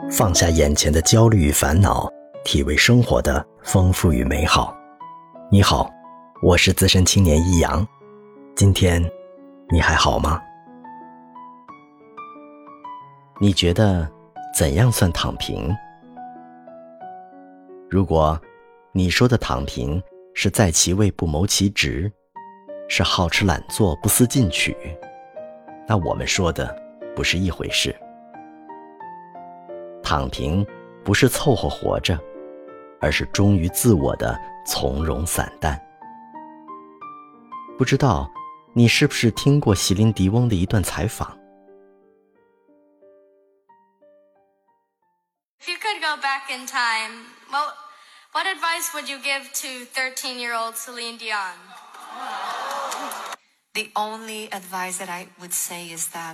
放下眼前的焦虑与烦恼，体味生活的丰富与美好。你好，我是资深青年一阳，今天你还好吗？你觉得怎样算躺平？如果你说的躺平是在其位不谋其职，是好吃懒做不思进取，那我们说的不是一回事。躺平不是凑合活着，而是忠于自我的从容散淡。不知道你是不是听过席琳迪翁的一段采访？ If you could go back in time, what advice would you give to 13-year-old Celine Dion? The only advice that I would say is that,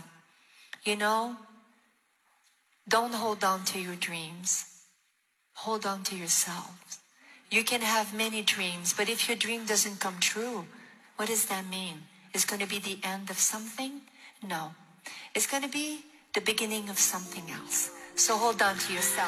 don't hold on to your dreams. Hold on to yourself. You can have many dreams, but if your dream doesn't come true, what does that mean? It's going to be the end of something? No. It's going to be the beginning of something else. So hold on to yourself.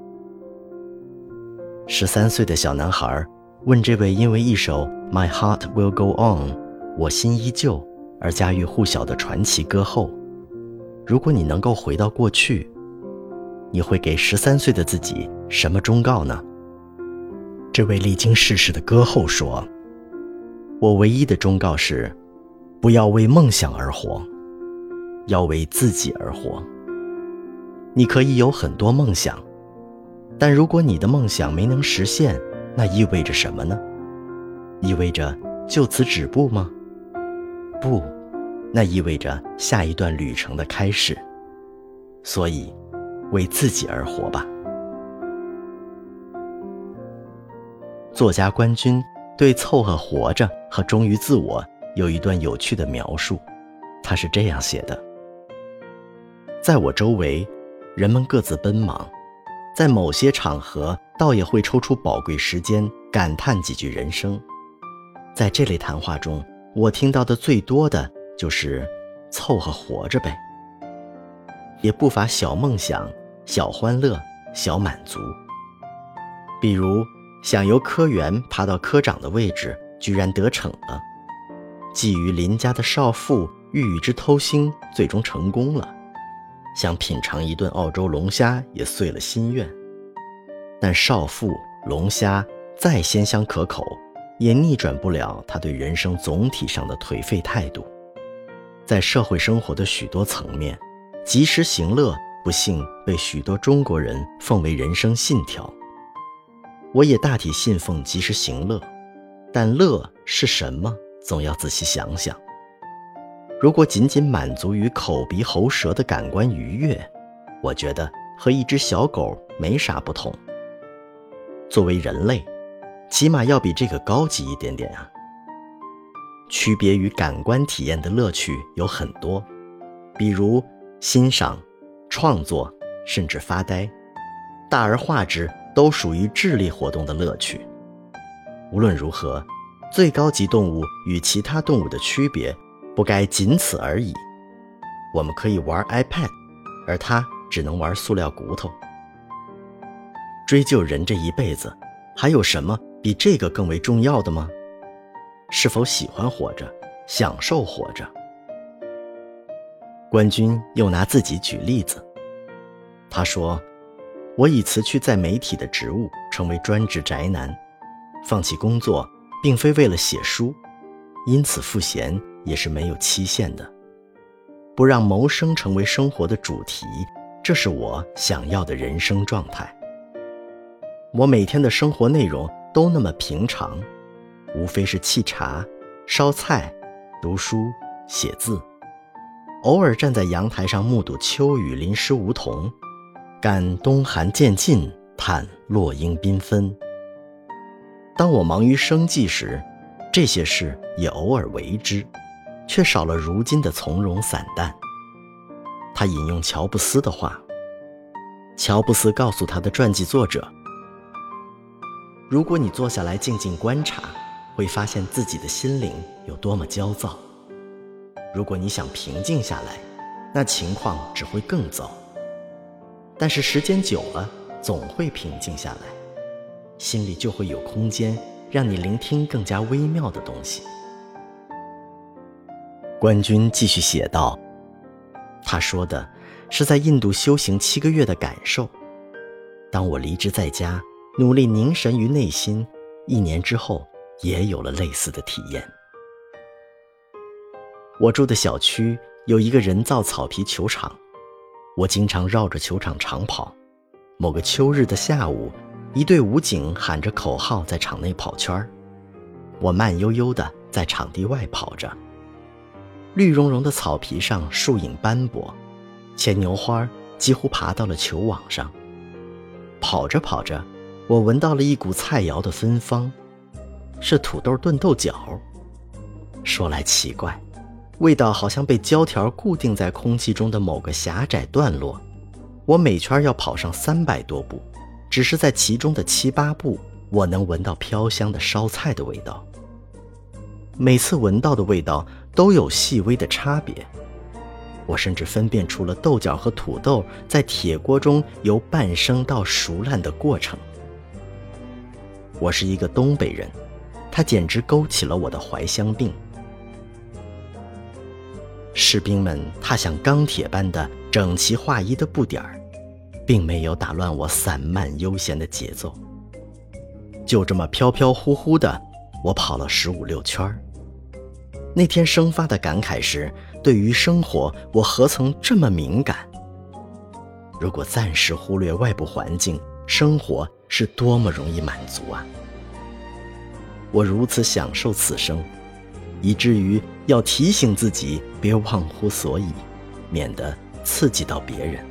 13岁的小男孩问这位因为一首 My Heart Will Go On 我心依旧而家喻户晓的传奇歌后，如果你能够回到过去，你会给13岁的自己什么忠告呢？这位历经世事的歌后说，我唯一的忠告是，不要为梦想而活，要为自己而活。你可以有很多梦想，但如果你的梦想没能实现，那意味着什么呢？意味着就此止步吗？不，那意味着下一段旅程的开始。所以为自己而活吧。作家关雎对凑合活着和忠于自我有一段有趣的描述，他是这样写的：在我周围，人们各自奔忙，在某些场合倒也会抽出宝贵时间感叹几句人生。在这类谈话中，我听到的最多的就是凑合活着呗，也不乏小梦想、小欢乐、小满足。比如想由科员爬到科长的位置，居然得逞了；觊觎邻家的少妇，欲与之偷腥，最终成功了；想品尝一顿澳洲龙虾，也遂了心愿。但少妇、龙虾再鲜香可口，也逆转不了他对人生总体上的颓废态度。在社会生活的许多层面，及时行乐不幸被许多中国人奉为人生信条。我也大体信奉及时行乐，但乐是什么，总要仔细想想。如果仅仅满足于口鼻喉舌的感官愉悦，我觉得和一只小狗没啥不同。作为人类，起码要比这个高级一点点啊。区别于感官体验的乐趣有很多，比如欣赏、创作，甚至发呆，大而化之，都属于智力活动的乐趣。无论如何，最高级动物与其他动物的区别不该仅此而已。我们可以玩 iPad， 而它只能玩塑料骨头。追究人这一辈子，还有什么比这个更为重要的吗？是否喜欢活着，享受活着？关雎又拿自己举例子，他说，我已辞去在媒体的职务，成为专职宅男，放弃工作并非为了写书，因此赋闲也是没有期限的。不让谋生成为生活的主题，这是我想要的人生状态。我每天的生活内容都那么平常，无非是沏茶、烧菜、读书、写字，偶尔站在阳台上目睹秋雨淋湿梧桐，感冬寒渐尽，叹落英缤纷。当我忙于生计时，这些事也偶尔为之，却少了如今的从容散淡。他引用乔布斯的话，乔布斯告诉他的传记作者，如果你坐下来静静观察，会发现自己的心灵有多么焦躁。如果你想平静下来，那情况只会更糟。 但是时间久了，总会平静下来，心里就会有空间让你聆听更加微妙的东西。关军继续写道，他说的是在印度修行7个月的感受。当我离职在家，努力凝神于内心，1年之后也有了类似的体验。我住的小区有一个人造草皮球场，我经常绕着球场长跑。某个秋日的下午，一队武警喊着口号在场内跑圈，我慢悠悠地在场地外跑着。绿茸茸的草皮上树影斑驳，牵牛花几乎爬到了球网上。跑着跑着，我闻到了一股菜肴的芬芳，是土豆炖豆角。说来奇怪，味道好像被胶条固定在空气中的某个狭窄段落。我每圈要跑上300多步，只是在其中的7、8步，我能闻到飘香的烧菜的味道。每次闻到的味道都有细微的差别，我甚至分辨出了豆角和土豆在铁锅中由半生到熟烂的过程。我是一个东北人，它简直勾起了我的怀乡病。士兵们踏响钢铁般的整齐划一的步点儿，并没有打乱我散漫悠闲的节奏。就这么飘飘忽忽的，我跑了15、16圈。那天生发的感慨是，对于生活，我何曾这么敏感？如果暂时忽略外部环境，生活是多么容易满足啊！我如此享受此生，以至于要提醒自己别忘乎所以，免得刺激到别人。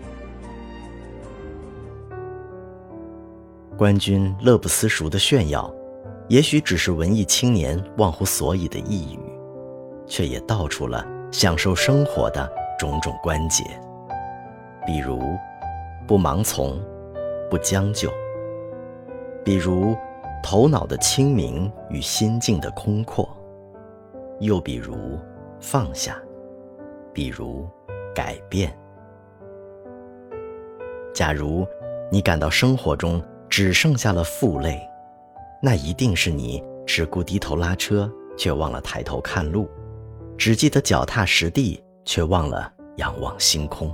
关军乐不思蜀的炫耀，也许只是文艺青年忘乎所以的抑郁，却也道出了享受生活的种种关节，比如不盲从，不将就；比如头脑的清明与心境的空阔；又比如放下；比如改变。假如你感到生活中只剩下了负累，那一定是你只顾低头拉车，却忘了抬头看路，只记得脚踏实地，却忘了仰望星空。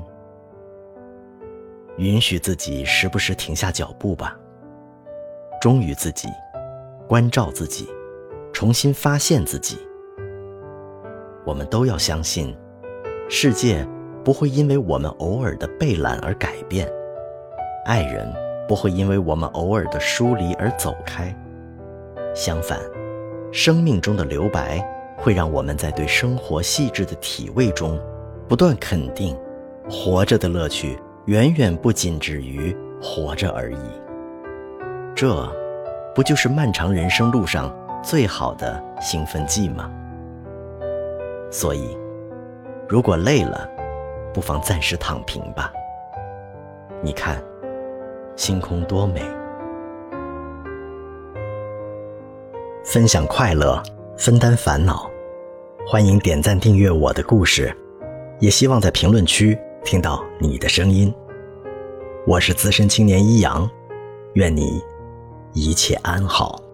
允许自己时不时停下脚步吧，忠于自己，关照自己，重新发现自己。我们都要相信，世界不会因为我们偶尔的被懒而改变，爱人不会因为我们偶尔的疏离而走开。相反，生命中的留白会让我们在对生活细致的体味中不断肯定，活着的乐趣远远不仅止于活着而已。这不就是漫长人生路上最好的兴奋剂吗？所以，如果累了，不妨暂时躺平吧。你看，星空多美。分享快乐，分担烦恼，欢迎点赞订阅我的故事，也希望在评论区听到你的声音。我是资深青年一阳，愿你一切安好。